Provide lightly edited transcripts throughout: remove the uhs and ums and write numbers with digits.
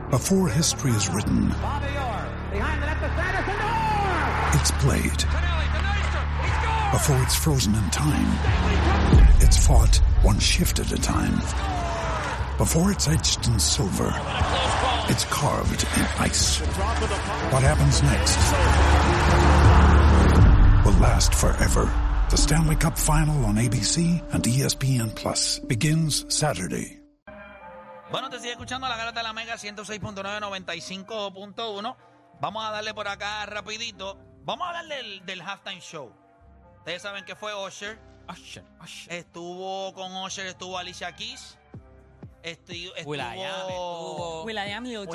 Before history is written, it's played. Before it's frozen in time, it's fought one shift at a time. Before it's etched in silver, it's carved in ice. What happens next will last forever. The Stanley Cup Final on ABC and ESPN Plus begins Saturday. Bueno, te sigue escuchando la Garata de la Mega 106.9, 95.1. Vamos a darle por acá rapidito. Vamos a darle del halftime show. Ustedes saben que fue Usher. Estuvo con Usher, estuvo Alicia Keys. Estuvo Will.i.am, Lil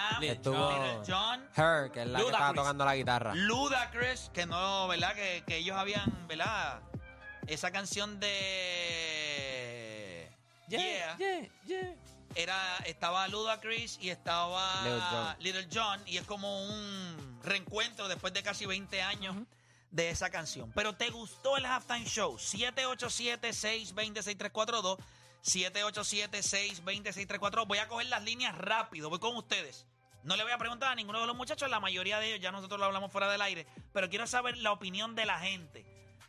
Jon. Her, que es la que estaba tocando la guitarra. Ludacris, que no, ¿verdad? Que ellos habían, ¿verdad? Esa canción de... Yeah. Estaba Ludacris y estaba Little John, y es como un reencuentro después de casi 20 años de esa canción. Pero ¿te gustó el halftime show? 787-620-6342, 787-620-6342. Voy a coger las líneas rápido, voy con ustedes. No le voy a preguntar a ninguno de los muchachos, la mayoría de ellos ya nosotros lo hablamos fuera del aire, pero quiero saber la opinión de la gente.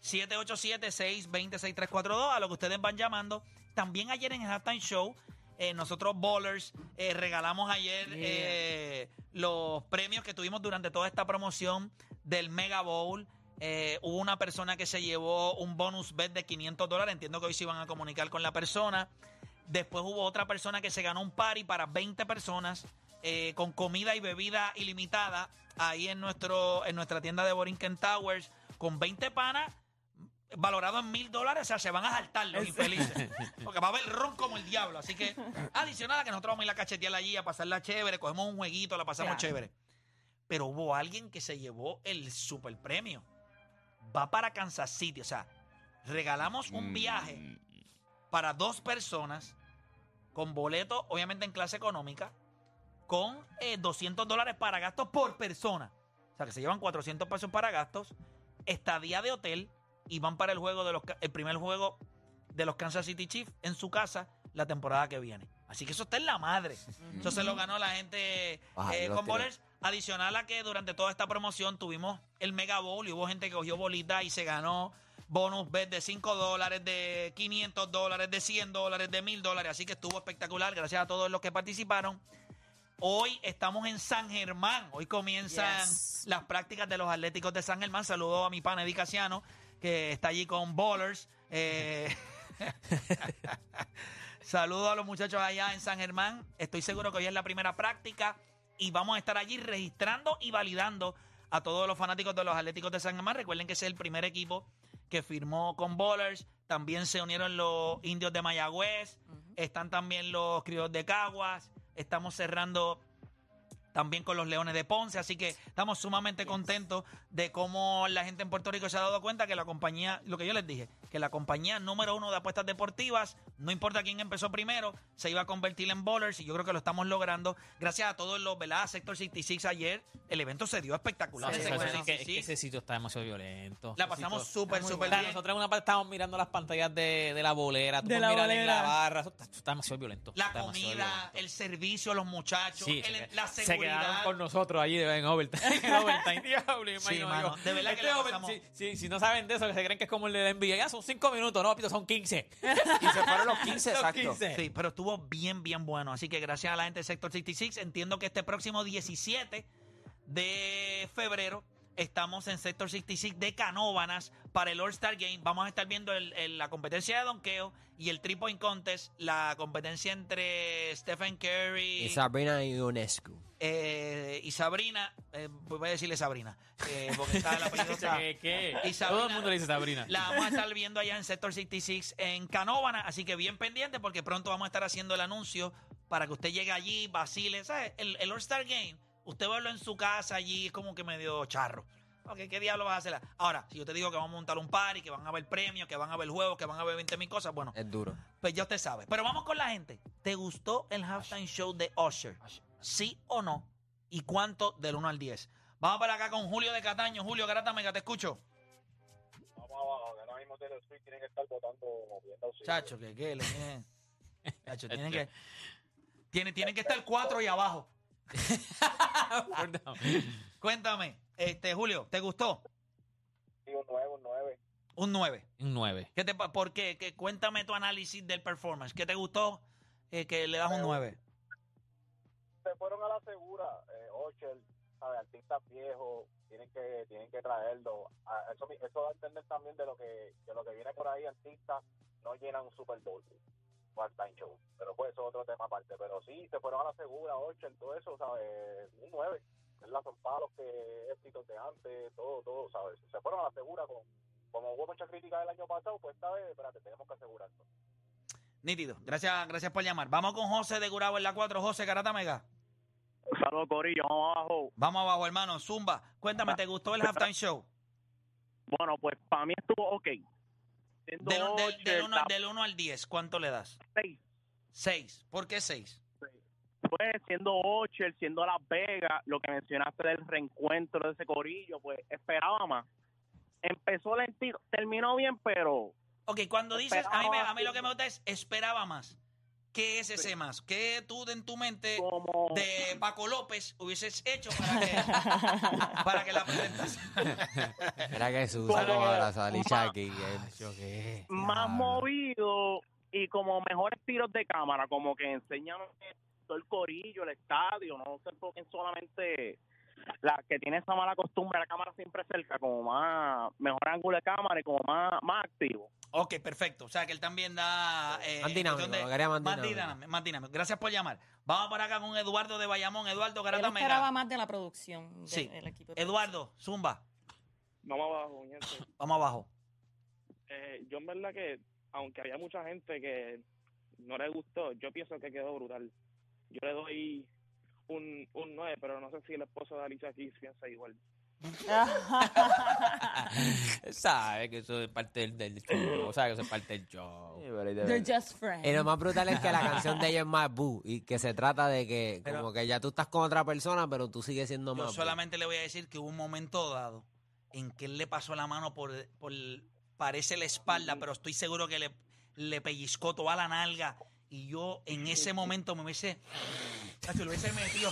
787-620-6342, a lo que ustedes van llamando. También ayer en el halftime show, nosotros Ballers regalamos ayer los premios que tuvimos durante toda esta promoción del Mega Bowl. Hubo una persona que se llevó un bonus bet de $500. Entiendo que hoy se iban a comunicar con la persona. Después hubo otra persona que se ganó un party para 20 personas con comida y bebida ilimitada ahí en nuestra tienda de Borinquen Towers, con 20 panas valorado en $1,000. O sea, se van a saltar los infelices, porque va a haber ron como el diablo. Así que adicional a que nosotros vamos a ir a cachetear allí, a pasarla chévere, cogemos un jueguito, la pasamos chévere. Pero hubo alguien que se llevó el super premio. Va para Kansas City. O sea, regalamos un viaje para 2 personas con boleto, obviamente en clase económica, con $200 para gastos por persona. O sea, que se llevan $400 para gastos, estadía de hotel, y van para el primer juego de los Kansas City Chiefs en su casa la temporada que viene. Así que eso está en la madre. Eso se lo ganó la gente con Bowlers. Adicional a que durante toda esta promoción tuvimos el Mega Bowl y hubo gente que cogió bolita y se ganó bonus bet de $5, de $500, de $100, de $1,000. Así que estuvo espectacular. Gracias a todos los que participaron. Hoy estamos en San Germán. Hoy comienzan las prácticas de los Atléticos de San Germán. Saludo a mi pana Eddie Casiano, que está allí con Ballers. Saludo a los muchachos allá en San Germán. Estoy seguro que hoy es la primera práctica y vamos a estar allí registrando y validando a todos los fanáticos de los Atléticos de San Germán. Recuerden que ese es el primer equipo que firmó con Ballers. También se unieron los Indios de Mayagüez. Están también los Criollos de Caguas. Estamos cerrando también con los Leones de Ponce, así que estamos sumamente contentos de cómo la gente en Puerto Rico se ha dado cuenta que la compañía, lo que yo les dije, que la compañía número 1 de apuestas deportivas, no importa quién empezó primero, se iba a convertir en Ballers, y yo creo que lo estamos logrando gracias a todos los, ¿verdad? Sector 66 ayer, el evento se dio espectacular. Ese sitio está demasiado violento. La pasamos súper bien. Nosotros en una parte estábamos mirando las pantallas de la bolera, tú puedes mirar en la barra, eso está demasiado violento. La comida, el servicio, los muchachos, la seguridad. Se quedaron con nosotros allí en overtime. Diablo, sí, mano, de verdad que si no saben de eso, que se creen que es como el de NBA, ya son 5 minutos, no, Pito, son 15. Y se fueron los 15, exacto. Sí, pero estuvo bien bueno. Así que gracias a la gente del Sector 66, entiendo que este próximo 17 de febrero estamos en Sector 66 de Canóvanas para el All-Star Game. Vamos a estar viendo la competencia de donkeo y el 3-point contest, la competencia entre Stephen Curry y Sabrina Ionescu. Y Sabrina, voy a decirle Sabrina, porque está el apellido. Y Sabrina, todo el mundo le dice Sabrina. La vamos a estar viendo allá en Sector 66 en Canóvanas, así que bien pendiente porque pronto vamos a estar haciendo el anuncio para que usted llegue allí, vacile. ¿Sabes? El All-Star Game, usted verlo en su casa allí, es como que medio charro. Okay, ¿qué diablo vas a hacer? Ahora, si yo te digo que vamos a montar un party, que van a haber premios, que van a haber juegos, que van a haber 20,000 cosas, bueno. Es duro. Pues ya usted sabe. Pero vamos con la gente. ¿Te gustó el halftime show de Usher? ¿Sí o no? ¿Y cuánto del 1 al 10? Vamos para acá con Julio de Cataño. Julio, Garata Mega, te escucho. Vamos abajo, que ahora mismo Taylor Swift tienen que estar votando. Chacho, que Chacho, tienen que estar 4 y abajo. Cuéntame, Julio, ¿te gustó? Sí, un 9, un 9. Un 9. Un 9. ¿Por qué? Cuéntame tu análisis del performance. ¿Qué te gustó que le das un 9? Se fueron a la segura. Ocher, ¿sabes? Artistas viejos, tienen que traerlo. Eso da a entender también de lo que viene por ahí. Artistas no llenan un Super Bowl o halftime show. Pero pues eso es otro tema aparte. Pero sí, se fueron a la segura, Ocher, todo eso, ¿sabes? Un 9. Son palos que éxitos de antes, todo, ¿sabes? Se fueron a la segura como hubo mucha crítica el año pasado, pues esta vez, espérate, tenemos que asegurarlo. Nítido. Gracias por llamar. Vamos con José de Gurabo en la 4. José, Garata Mega. Saludos, Corillo, vamos abajo. Vamos abajo, hermano. Zumba. Cuéntame, ¿te gustó el halftime show? Bueno, pues para mí estuvo ok. Del 1 al 10, ¿cuánto le das? 6. 6. ¿Por qué 6? Pues siendo Ocher, siendo Las Vegas, lo que mencionaste del reencuentro de ese corillo, pues esperaba más. Empezó lentito, terminó bien, pero... Ok, cuando dices, a mí lo que me gusta es esperaba más. ¿Qué es ese más? ¿Qué tú en tu mente de Paco López hubieses hecho para que la presentas? Era que Susan como abrazó a Alicia aquí. Más movido y como mejores tiros de cámara, como que enseñan todo el corillo, el estadio, no se enfoquen solamente la que tiene esa mala costumbre, la cámara siempre cerca, como mejor ángulo de cámara y como más activo. Ok, perfecto. O sea, que él también da... más dinámico, más dinámico. Gracias por llamar. Vamos por acá con Eduardo de Bayamón. Eduardo, Garata Él Mega. esperaba más de la producción del equipo. Eduardo, Zumba. Vamos abajo, gente. Vamos abajo. Yo en verdad que, aunque había mucha gente que no le gustó, yo pienso que quedó brutal. Yo le doy un 9, pero no sé si el esposo de Alicia Keys piensa igual. Sabe que eso es parte del show. Sabe que eso es parte del show. They're just friends. Y lo más brutal es que la canción de ella es más boo y que se trata de que como que ya tú estás con otra persona, pero tú sigues siendo más Yo boo. solamente le voy a decir que hubo un momento dado en que él le pasó la mano parece la espalda, pero estoy seguro que le pellizcó toda la nalga y yo en ese momento me hubiese metido.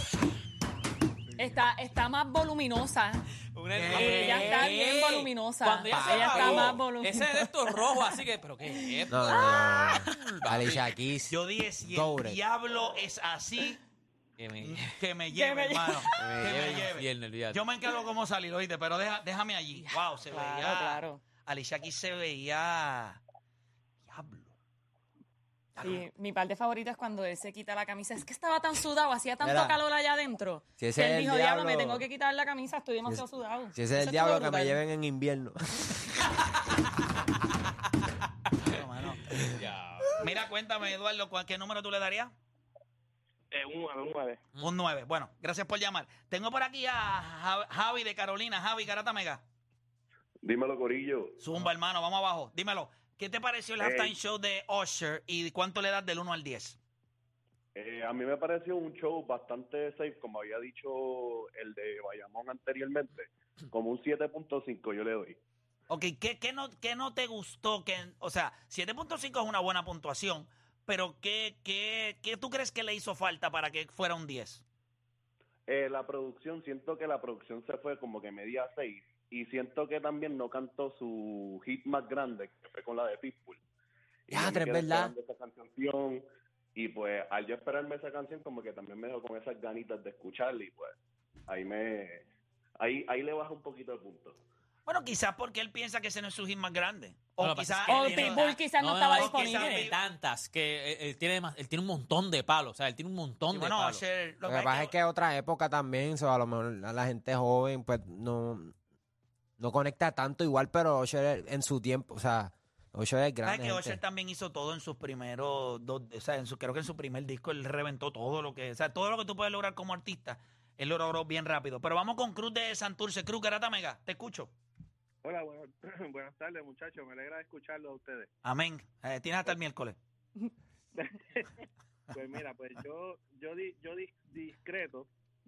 Está más voluminosa. Ella está bien voluminosa. Cuando ella se está apagó, más voluminosa. ese de estos rojos, así que, ¿pero qué es esto? No. Alicia Keys. Yo dije, si Goated. el diablo es así, que me lleve, hermano. Que me lleve. Yo me encargo cómo salir, oíste, pero déjame allí. Wow, se veía. Claro. Alicia aquí se veía. Diablo. Sí, mi parte favorita es cuando él se quita la camisa. Es que estaba tan sudado, hacía tanto Mira, calor allá adentro. si ese que es él el dijo, diablo, me diablo- tengo que quitar la camisa, estoy demasiado sudado. Si ese es el Eso diablo, estuvo que me brutal. lleven en invierno. Mano. Mira, cuéntame, Eduardo, ¿qué número tú le darías? Un 9. Un 9. Bueno, gracias por llamar. Tengo por aquí a Javi de Carolina. Javi, Garata Mega. Dímelo, Corillo. Zumba, hermano, vamos abajo. Dímelo, ¿qué te pareció el halftime show de Usher y cuánto le das del 1 al 10? A mí me pareció un show bastante safe, como había dicho el de Bayamón anteriormente. Como un 7.5 yo le doy. Ok, ¿qué no te gustó? O sea, 7.5 es una buena puntuación, pero ¿qué tú crees que le hizo falta para que fuera un 10? La producción, siento que la producción se fue como que media 6. Y siento que también no cantó su hit más grande, que fue con la de Pitbull. Y Ya, yo me es quedé verdad. esperando esa canción. Y pues al yo esperarme esa canción, como que también me dejó con esas ganitas de escucharla. Y pues ahí le baja un poquito el punto. Bueno, quizás porque él piensa que ese no es su hit más grande. O No, quizás... O Pitbull quizás no estaba disponible. Tiene tantas que él tiene un montón de palos. O sea, él tiene un montón de Bueno, palos. Usher, Lo que pasa es que otra época también, a lo mejor a la gente joven, pues no conecta tanto igual, pero Usher en su tiempo, o sea, Usher es grande. ¿Sabes que Usher gente. también hizo todo en sus primeros dos, o sea, creo que en su primer disco él reventó todo lo que, o sea, todo lo que tú puedes lograr como artista, él lo logró bien rápido. Pero vamos con Cruz de Santurce. Cruz, Garata Mega, te escucho. Hola, buenas tardes, muchachos. Me alegra escucharlo a ustedes. Amén. Tienes hasta el miércoles. Pues mira, pues yo discrepo,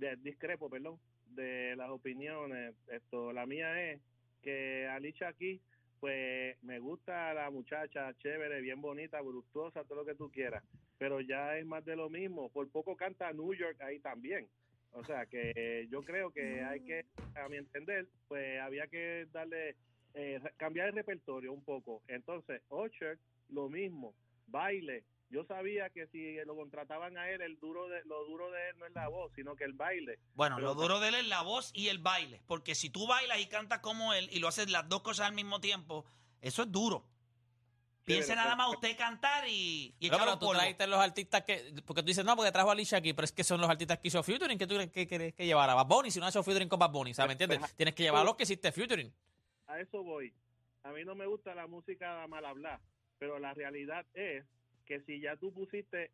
de las opiniones. La mía es que Alicia aquí, pues me gusta la muchacha, chévere, bien bonita, voluptuosa, todo lo que tú quieras, pero ya es más de lo mismo. Por poco canta New York ahí también. O sea, que yo creo que hay que, a mi entender, pues había que darle, cambiar el repertorio un poco. Entonces, Usher, lo mismo, baile. Yo sabía que si lo contrataban a él, lo duro de él no es la voz, sino que el baile. Bueno, Pero lo duro de él es la voz y el baile. Porque si tú bailas y cantas como él y lo haces las dos cosas al mismo tiempo, eso es duro. Piense nada más usted cantar y Pero tú trajiste los artistas que... Porque tú dices, no, porque trajo a Alicia aquí, pero es que son los artistas que hizo featuring. ¿Qué tú crees que querés que llevara? Bad Bunny, si no ha hecho featuring con Bad Bunny, ¿sabes? ¿Me entiendes? Tienes que llevar a los que hiciste featuring. A eso voy. A mí no me gusta la música mal hablar, pero la realidad es que si ya tú pusiste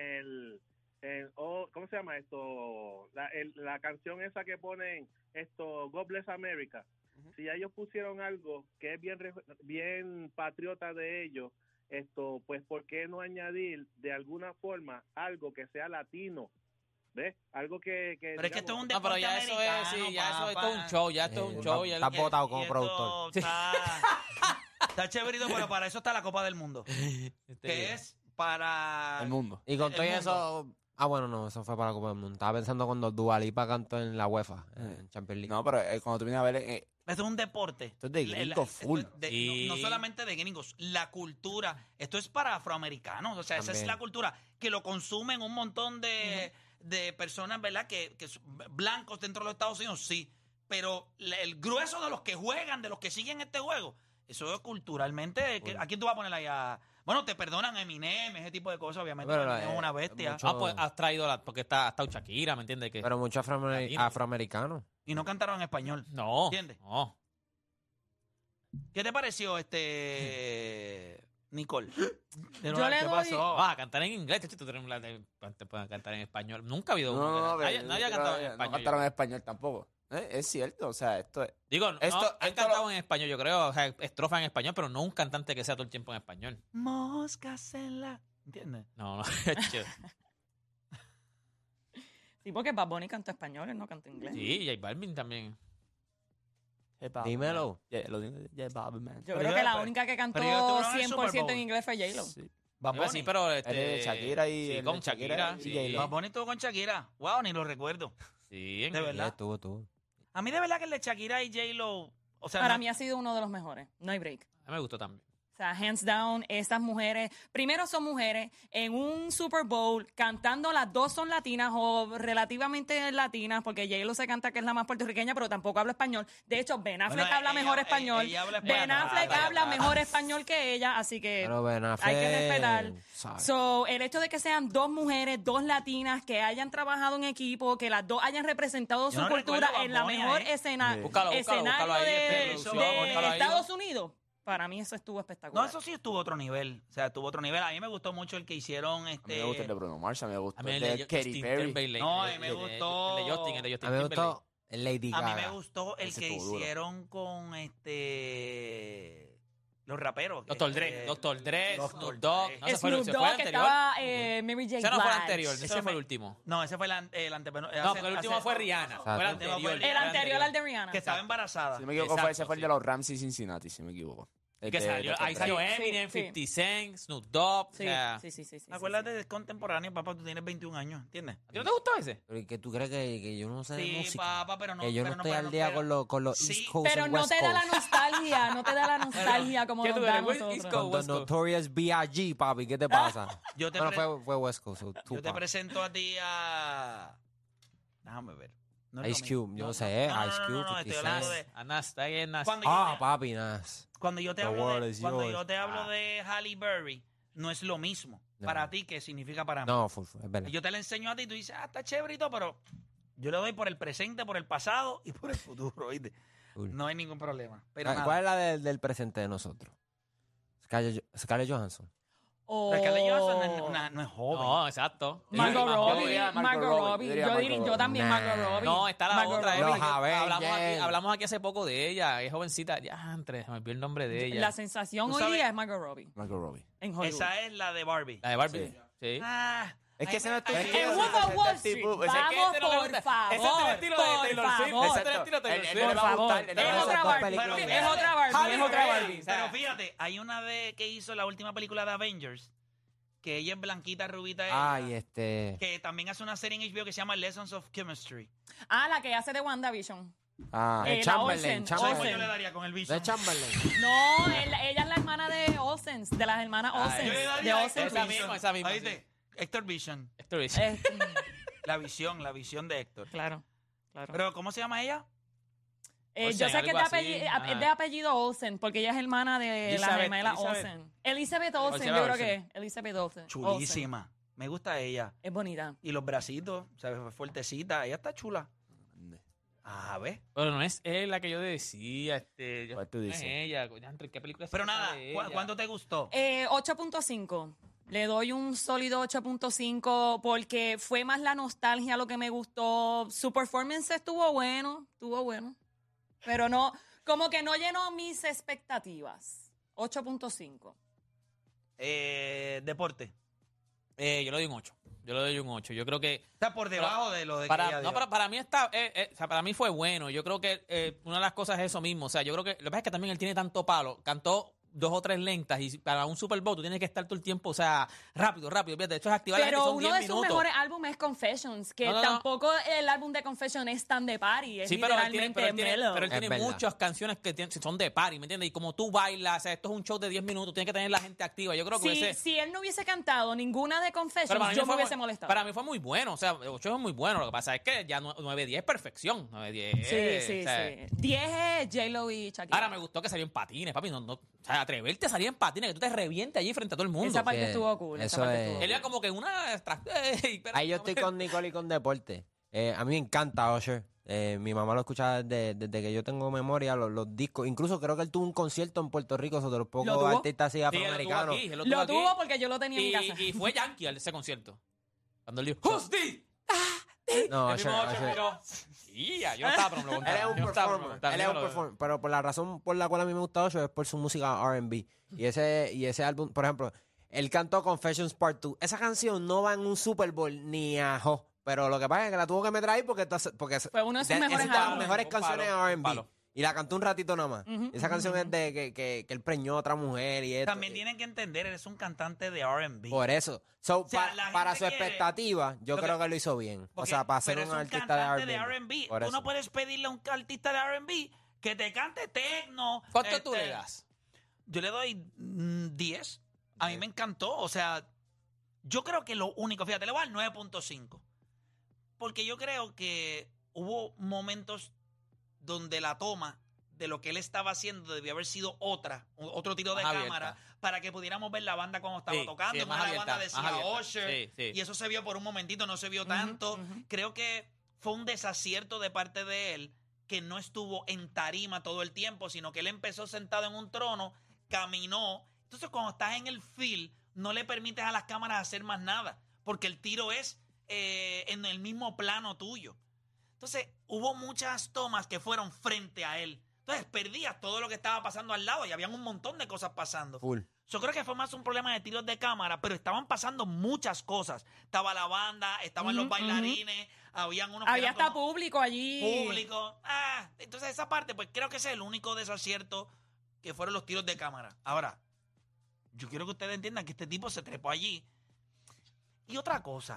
¿cómo se llama esto? La canción esa que ponen God Bless America. Si ya ellos pusieron algo que es bien patriota de ellos, pues ¿por qué no añadir de alguna forma algo que sea latino? ¿Ves? Algo que pero es que esto es un No, deporte pero ya eso americano, es, sí, ya eso es papá. todo un show, ya esto es un show. Ya Estás votado como Y esto productor. Está chéverito, pero para eso está la Copa del Mundo. Que es para... El mundo. Y con el todo mundo. eso... Ah, bueno, no, eso fue para la Copa del Mundo. Estaba pensando cuando Dua Lipa cantó en la UEFA, en Champions League. No, pero cuando tú vienes a ver, Esto es un deporte. Esto es de gringos full. No solamente de gringos, la cultura. Esto es para afroamericanos. O sea, esa es También. la cultura que lo consumen un montón de personas, ¿verdad? Que blancos dentro de los Estados Unidos, sí. Pero el grueso de los que juegan, de los que siguen este juego, eso es culturalmente. ¿A quién tú vas a poner ahí? Bueno, te perdonan Eminem, ese tipo de cosas, obviamente. Pero, Eminem es una bestia. mucho- pues has traído porque ha estado Shakira, ¿me entiendes? Que... Pero muchos Latino. afroamericanos. Y no cantaron en español. No. ¿Entiendes? No. ¿Qué te pareció, Nicole? Yo le ¿Qué doy- pasó? Va a cantar en inglés, te pueden cantar en español. Nunca ha habido No, nadie ha cantado en no español. cantaron en español tampoco. Es cierto, o sea, esto es... Digo, Esto- han esto cantado en español, yo creo, o sea, estrofa en español, pero no un cantante que sea todo el tiempo en español. Moscas en la... ¿Entiendes? No, no. Sí, porque Bad Bunny canta español, él no canta inglés. Sí, J Balvin también. Dímelo. Yo creo que la única que cantó pero yo estuve en el Super 100% Bowl. en inglés fue J-Lo. Bad Iba así, Bunny. pero Shakira y... sí, con Shakira. y Sí, J-Lo. Bad Bunny estuvo con Shakira. Wow, ni lo recuerdo. sí, De verdad. Estuvo. A mí de verdad que el de Shakira y J-Lo... O sea, Para no- mí ha sido uno de los mejores. No hay break. A mí me gustó también. O sea, hands down, estas mujeres, primero son mujeres en un Super Bowl cantando, las dos son latinas o relativamente latinas, porque J-Lo se canta que es la más puertorriqueña, pero tampoco habla español. De hecho, Ben Affleck Bueno, habla ella- mejor español. ella habla Ben español. Affleck Ah, habla ya. mejor español que ella, así que Pero Ben Affleck, hay que respetar. ¿sabes? So, el hecho de que sean dos mujeres, dos latinas, que hayan trabajado en equipo, que las dos hayan representado Yo su no cultura recuerdo a en la Bad Bunny mejor ahí. escena, Sí. Búscalo escenario ahí, de producción, búscalo ahí. Estados Unidos. Para mí eso estuvo espectacular. No, eso sí estuvo a otro nivel. O sea, estuvo a otro nivel. A mí me gustó mucho el que hicieron A mí me gusta el de Bruno Mars, a mí me gusta A mí el el de de Katy Justin Perry. Timberlake. No, a mí me gustó- El de Justin A mí me Timberlake. gustó Lady A Gaga. mí me gustó el Ese que estuvo duro. hicieron con los raperos. Dr. Dre, Dr. Dre, Dr. Snoop Dogg. Dre. No, ese fue el Snoop ese fue el Dogg, que anterior. estaba Mary J. Ese no fue el Blige. anterior, Ese ese fue fue- el último. No, ese fue el antepenúltimo. No, porque el último fue Rihanna. Fue el Exacto. anterior. El anterior al de Rihanna. Que estaba embarazada. Si no me equivoco, Exacto, ese fue el sí. de los Rams y Cincinnati, si no me equivoco. El Que de salió, Dr. ahí Dre. salió Sí, Eminem, sí. 50 Cent, Snoop Dogg. Sí, O sea, sí. Acuérdate de contemporáneo, papá, tú tienes 21 años, ¿entiendes? ¿A ti no te gustó ese? Pero ¿y qué tú crees que yo no sé de Sí, música? papá, pero no. que yo no pero estoy pero al día pero- con los Sí, East Coast Pero and no West te da la Coast. nostalgia, no te da la nostalgia como ¿Qué nos tú da a eres, East nosotros. Coast? Con The West Coast. Notorious B.I.G., papi, ¿qué te pasa? Yo te, Bueno, pre- fue West Coast, so yo te Tupac. presento a ti a... Déjame ver. No es lo Ice mismo. Cube, yo sé, Ice Cube, No, estoy 50 hablando Cent. de... Anas, está ahí en Nas. Cuando yo Ah, te- papi, Nas. Cuando yo te The hablo world de, is cuando yours. yo te hablo de Halle Berry, no es lo mismo No. para ti que significa para mí. No, es verdad. Yo te la enseño a ti y tú dices, está chévere y todo, pero yo le doy por el presente, por el pasado y por el futuro, ¿oíste? Cool. No hay ningún problema. Pero nada. ¿Cuál es la del presente de nosotros? Scarlett Johansson. O Pero Scarlett Johansson no es joven. No, exacto. Margot Yo Robbie. diría Margot Robbie. diría Yo Margot diría, yo Robbie. también Nah. Margot Robbie. No, está la Margot otra. Robbie. Los Avengers. Hablamos aquí hace poco de ella. Es jovencita. Ya, antes, se me olvidó el nombre de ella. La sensación Tú hoy sabes- día es Margot Robbie Margot Robbie. en Hollywood. Esa es la de Barbie. La de Barbie. Sí. Ah, Es que ese no es tu ay, estilo. En Wolf of Wall Street. tipo- ese- Vamos, que este no le por gusta. favor. Ese es el estilo de por Taylor Swift. favor. Ese es el estilo de Taylor Swift. Por favor. Es otra dos Barbie. películas. Es otra Barbie. Es otra Barbie. Pero fíjate, hay una de que hizo la última película de Avengers que ella es blanquita, rubita. Ay, Que también hace una serie en HBO que se llama Lessons of Chemistry. La que hace de WandaVision. la Olsen. Chamberlain. ¿Cómo yo le daría con el ¿No Vision? es Chamberlain? No, ella es la hermana de Olsen, de las hermanas Olsen. Yo le De daría a Olsen. Héctor esa misma, ¿Oíste? sí. Héctor Vision. Esto lo dice. La visión de Héctor. Claro. Pero, ¿cómo se llama ella? Olsen, Yo sé que algo así. es de apellido Olsen, porque ella es hermana de la Elizabeth, gemela Elizabeth. Olsen. Elizabeth Olsen, Elizabeth yo creo Olsen. que es. Elizabeth Olsen. Chulísima. Me gusta ella. Es bonita. Y los bracitos, o sea, fuertecita. Ella está chula. A ver. Pero no es la que yo decía. ¿Cuál tú no dices? es ella. Coño, ¿en qué película Pero nada, sale ella? ¿cuánto te gustó? 8.5. Le doy un sólido 8.5 porque fue más la nostalgia lo que me gustó. Su performance estuvo bueno. Pero no, como que no llenó mis expectativas. 8.5. Deporte. Yo le doy un 8. Yo creo que Está por debajo de lo de que para ella dio. para mí para mí fue bueno. Yo creo que una de las cosas es eso mismo. O sea, yo creo que lo que pasa es que también él tiene tanto palo. Cantó 2 o 3 lentas y para un Super Bowl tú tienes que estar todo el tiempo, o sea, rápido. Fíjate, de hecho es activar la gente, Pero son 10 uno de sus minutos. mejores álbumes es Confessions, que No. tampoco el álbum de Confessions es tan de party, es Sí, pero él literalmente mellow. él Es tiene verdad. muchas canciones que son de party, ¿me entiendes? Y como tú bailas, o sea, esto es un show de 10 minutos, tienes que tener la gente activa. Yo creo que Si él no hubiese cantado ninguna de pero Confessions, para mí yo me fue hubiese molestado. Para mí fue muy bueno, o sea, 8 es muy bueno. Lo que pasa es que ya 9-10 es perfección. 9-10. Sí. o sea, 10 es J-Lo y Shakira. Ahora me gustó que salió en patines, papi. O sea, atreverte a salir en patines, que tú te revientes allí frente a todo el mundo. Esa parte Sí, estuvo cool. esa eso parte es- estuvo Él cool. iba como que una... Ahí yo estoy con Nicole y con deporte. A mí me encanta Usher. Mi mamá lo escucha desde que yo tengo memoria, los discos. Incluso creo que él tuvo un concierto en Puerto Rico, sobre los pocos tuvo? artistas así Sí, él lo tuvo afroamericanos. aquí, él lo Lo tuvo aquí. tuvo porque yo lo tenía en mi casa. Y fue Yankee a ese concierto. Cuando él dijo, Who's this? No, El mismo Usher, Usher Usher. miró. Sí, yo no estaba, pero me lo Él es contaron. un Yo no estaba, pero me lo performer. contaron. Él es Yo un lo- performer. Pero por la razón por la cual a mí me gusta Usher es por su música R&B. Y ese álbum, por ejemplo, él cantó Confessions Part 2. Esa canción no va en un Super Bowl ni ajo. Pero lo que pasa es que la tuvo que meter ahí porque Fue uno de sus mejores es de las álbumes. mejores Un palo, canciones un R&B. palo. Y la cantó un ratito nada más. Ujú, Esa canción es de que él preñó a otra mujer y esto. También tienen que entender, él es un cantante de R&B. Por eso. So, O sea, la para gente su quiere- expectativa, yo Lo que- creo que lo hizo bien. O Porque- sea, para ser pero un es artista cantante de R&B. R&B. Por Tú eso. no puedes pedirle a un artista de R&B que te cante tecno. ¿Cuánto tú le das? Yo le doy 10. A mí me encantó. O sea, yo creo que lo único, fíjate, le voy a dar 9.5. Porque yo creo que hubo momentos donde la toma de lo que él estaba haciendo debió haber sido otro tiro de Más cámara abierta. para que pudiéramos ver la banda cuando estaba Sí, tocando. sí, En más una abierta, banda más decía abierta. Usher. Sí, sí. Y eso se vio por un momentito, no se vio tanto. ujú. Creo que fue un desacierto de parte de él que no estuvo en tarima todo el tiempo, sino que él empezó sentado en un trono, caminó. Entonces, cuando estás en el field, no le permites a las cámaras hacer más nada, porque el tiro es en el mismo plano tuyo. Entonces, hubo muchas tomas que fueron frente a él. Entonces, perdías todo lo que estaba pasando al lado y habían un montón de cosas pasando. Full. Yo creo que fue más un problema de tiros de cámara, pero estaban pasando muchas cosas. Estaba la banda, estaban los Ujú, bailarines, habían unos que Había eran hasta como público allí. público. Entonces esa parte, pues creo que ese es el único desacierto que fueron los tiros de cámara. Ahora, yo quiero que ustedes entiendan que este tipo se trepó allí. Y otra cosa,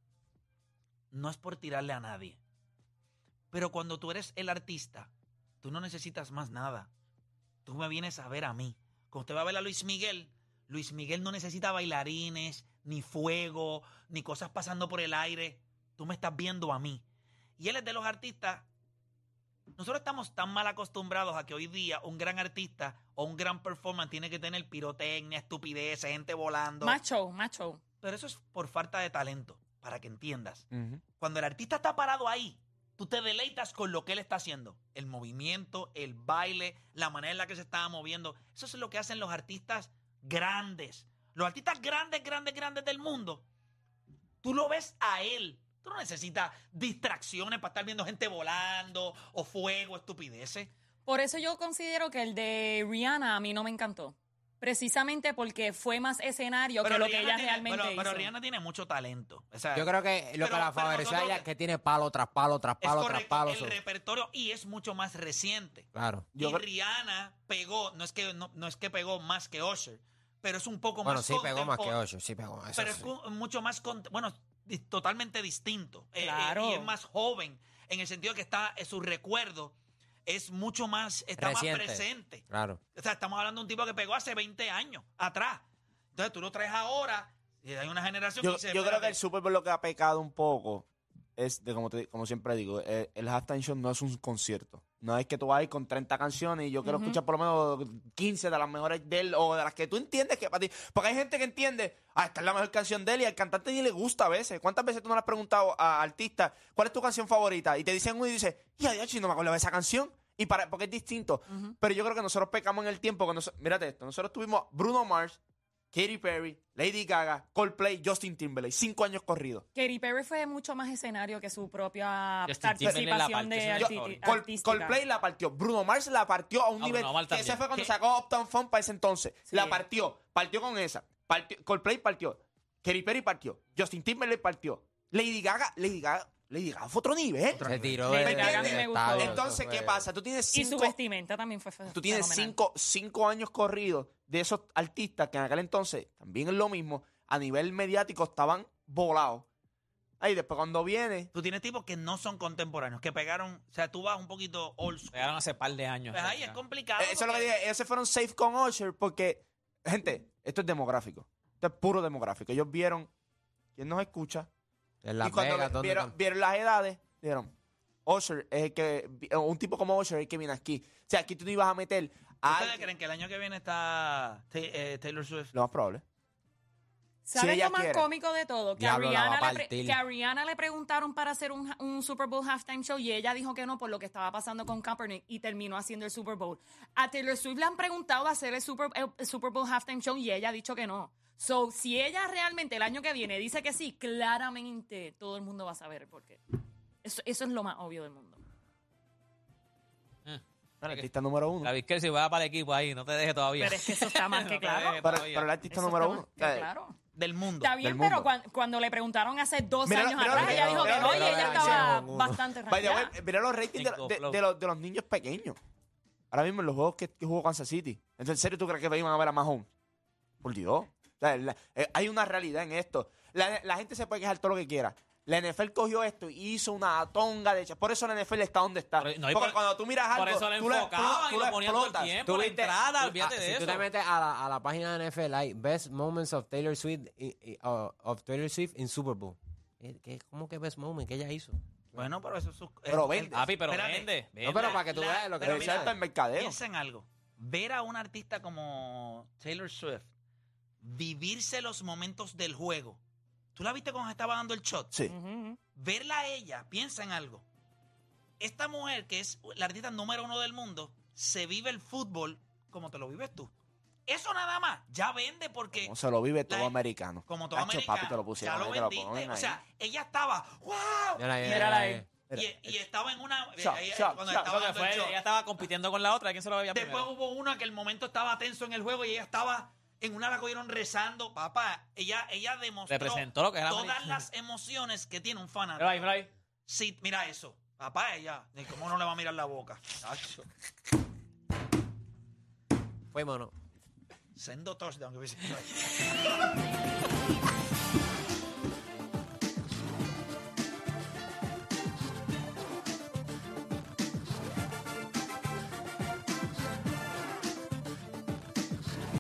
no es por tirarle a nadie, pero cuando tú eres el artista, tú no necesitas más nada. Tú me vienes a ver a mí. Cuando usted va a ver a Luis Miguel no necesita bailarines, ni fuego, ni cosas pasando por el aire. Tú me estás viendo a mí. Y él es de los artistas. Nosotros estamos tan mal acostumbrados a que hoy día un gran artista o un gran performance tiene que tener pirotecnia, estupidez, gente volando. Más show, más show. Pero eso es por falta de talento, para que entiendas. Ujú. Cuando el artista está parado ahí, tú te deleitas con lo que él está haciendo. El movimiento, el baile, la manera en la que se estaba moviendo. Eso es lo que hacen los artistas grandes. Los artistas grandes del mundo. Tú lo ves a él. Tú no necesitas distracciones para estar viendo gente volando o fuego, estupideces. Por eso yo considero que el de Rihanna a mí no me encantó. Precisamente porque fue más escenario que lo que Rihanna ella tiene- realmente pero hizo. Rihanna tiene mucho talento. O sea, Yo creo que lo que la favorece a ella nosotros- es que tiene palo tras palo tras es palo tras correcto, palo. el repertorio y es mucho más reciente. Claro. Y Rihanna pegó, no es que pegó más que Usher, pero es un poco Bueno, más sí pegó más que contemporáneo. 8, sí pegó. Eso Pero sí. es mucho más, bueno, totalmente distinto. Claro. Y es más joven, en el sentido de que está, su recuerdo es mucho más, está Reciente. más presente. Claro. O sea, estamos hablando de un tipo que pegó hace 20 años atrás. Entonces tú lo traes ahora y hay una generación Yo que dice, creo que espérate, el Super Bowl lo que ha pecado un poco es, de como siempre digo, el halftime show no es un concierto. No es que tú vas a ir con 30 canciones y yo quiero escuchar por lo menos 15 de las mejores de él o de las que tú entiendes que para ti. Porque hay gente que entiende, esta es la mejor canción de él y al cantante ni le gusta a veces. ¿Cuántas veces tú no le has preguntado a artistas cuál es tu canción favorita? Y te dicen uno y dices, ya, no me acuerdo de esa canción. Porque es distinto. Pero yo creo que nosotros pecamos en el tiempo. Mírate esto, nosotros tuvimos Bruno Mars, Katy Perry, Lady Gaga, Coldplay, Justin Timberlake, 5 años corridos. Katy Perry fue mucho más escenario que su propia Justin Timberlake la participación de partió, artística. Coldplay la partió, Bruno Mars la partió a un nivel Bruno Mars que ese también. fue cuando sacó Uptown Funk para ese entonces. Sí. La partió con esa. Coldplay partió, Katy Perry partió, Justin Timberlake partió, Lady Gaga fue otro nivel. Se tiró Lady de Gaga a mí me gustó. estadio, Entonces, eso ¿qué fue- pasa? Tú tienes Y su 5 vestimenta también fue Tú tienes fenomenal. cinco años corridos de esos artistas que en aquel entonces también es lo mismo, a nivel mediático estaban volados. Ahí después cuando viene, tú tienes tipos que no son contemporáneos, que pegaron, o sea, tú vas un poquito old school. Pegaron hace par de años. Pues ahí es complicado. eso es lo que porque- dije, ellos se fueron safe con Usher porque, gente, esto es demográfico. Esto es puro demográfico. Ellos vieron quién nos escucha En Las y cuando Vegas, ¿dónde vieron las edades, dijeron, Usher es el que, un tipo como Usher es el que viene aquí. O sea, aquí tú no ibas a meter a ¿Ustedes alguien- creen que el año que viene está Taylor Swift? lo más probable. ¿Sabes ella lo más quiere. cómico de todo? Que Diablo, la va a que a partir. Rihanna le preguntaron para hacer un Super Bowl halftime show y ella dijo que no por lo que estaba pasando con Kaepernick y terminó haciendo el Super Bowl. A Taylor Swift le han preguntado hacer el Super Bowl halftime show y ella ha dicho que no. So, si ella realmente el año que viene dice que sí, claramente todo el mundo va a saber por qué. Eso es lo más obvio del mundo. El artista número 1. La Vizquel si va para el equipo ahí, no te deje todavía. Pero es que eso está más No que te claro. deje Pero todavía. el artista Eso número está 1. más que claro. Del mundo. Está bien, del pero mundo. cuando le preguntaron hace 2 Mira- años mira- atrás, ella dijo que mira- no y mira- ella mira- estaba mira- bastante By the way, rayada. mira los ratings Cinco de, flow. de los niños pequeños. Ahora mismo en los juegos que jugó Kansas City. Entonces, ¿en serio tú crees que iban a ver a Mahomes? Por Dios. O sea, hay una realidad en esto. La gente se puede quejar todo lo que quiera. La NFL cogió esto y hizo una tonga de... Por eso la NFL está donde está. No, y Porque cuando tú miras algo, Por eso lo tú enfocaban y lo ponían todo el explotas. tiempo. Tú La viste- entrada, tú- olvídate de si eso. tú te metes a la página de NFL, hay Best Moments of Taylor Swift of Taylor Swift in Super Bowl. ¿Cómo que Best Moment? ¿Qué ella hizo? Bueno, pero eso es su... Pero vende. Papi, pero Espérate. vende. No, pero para que tú veas lo que Pero Pero eso mira, está en mercadeo. Piensa en algo. Ver a un artista como Taylor Swift vivirse los momentos del juego. ¿Tú la viste cuando estaba dando el shot? Sí. Ujú. Verla a ella, piensa en algo. Esta mujer, que es la artista número 1 del mundo, se vive el fútbol como te lo vives tú. Eso nada más, ya vende porque... Como se lo vive todo La- americano. Como todo Hacho, americano, papi, te lo pusieron ya lo ahí, te lo vendiste. ponen O ahí. sea, ella estaba, ¡wow! Mírala ahí. Y estaba en una... Shot, cuando shot, estaba Lo que dando el fue, shot. ella estaba compitiendo con la otra. ¿Quién se lo veía Después primero? hubo una que el momento estaba tenso en el juego y ella estaba en una la cogieron rezando. Papá, ella demostró Representó lo que es la todas americana. las emociones que tiene un fanático. Mira ahí, mira ahí. Sí, mira eso. Papá, ella, ¿cómo no le va a mirar la boca? Tacho. Fuimos, ¿no? Sendo touchdown que hubiese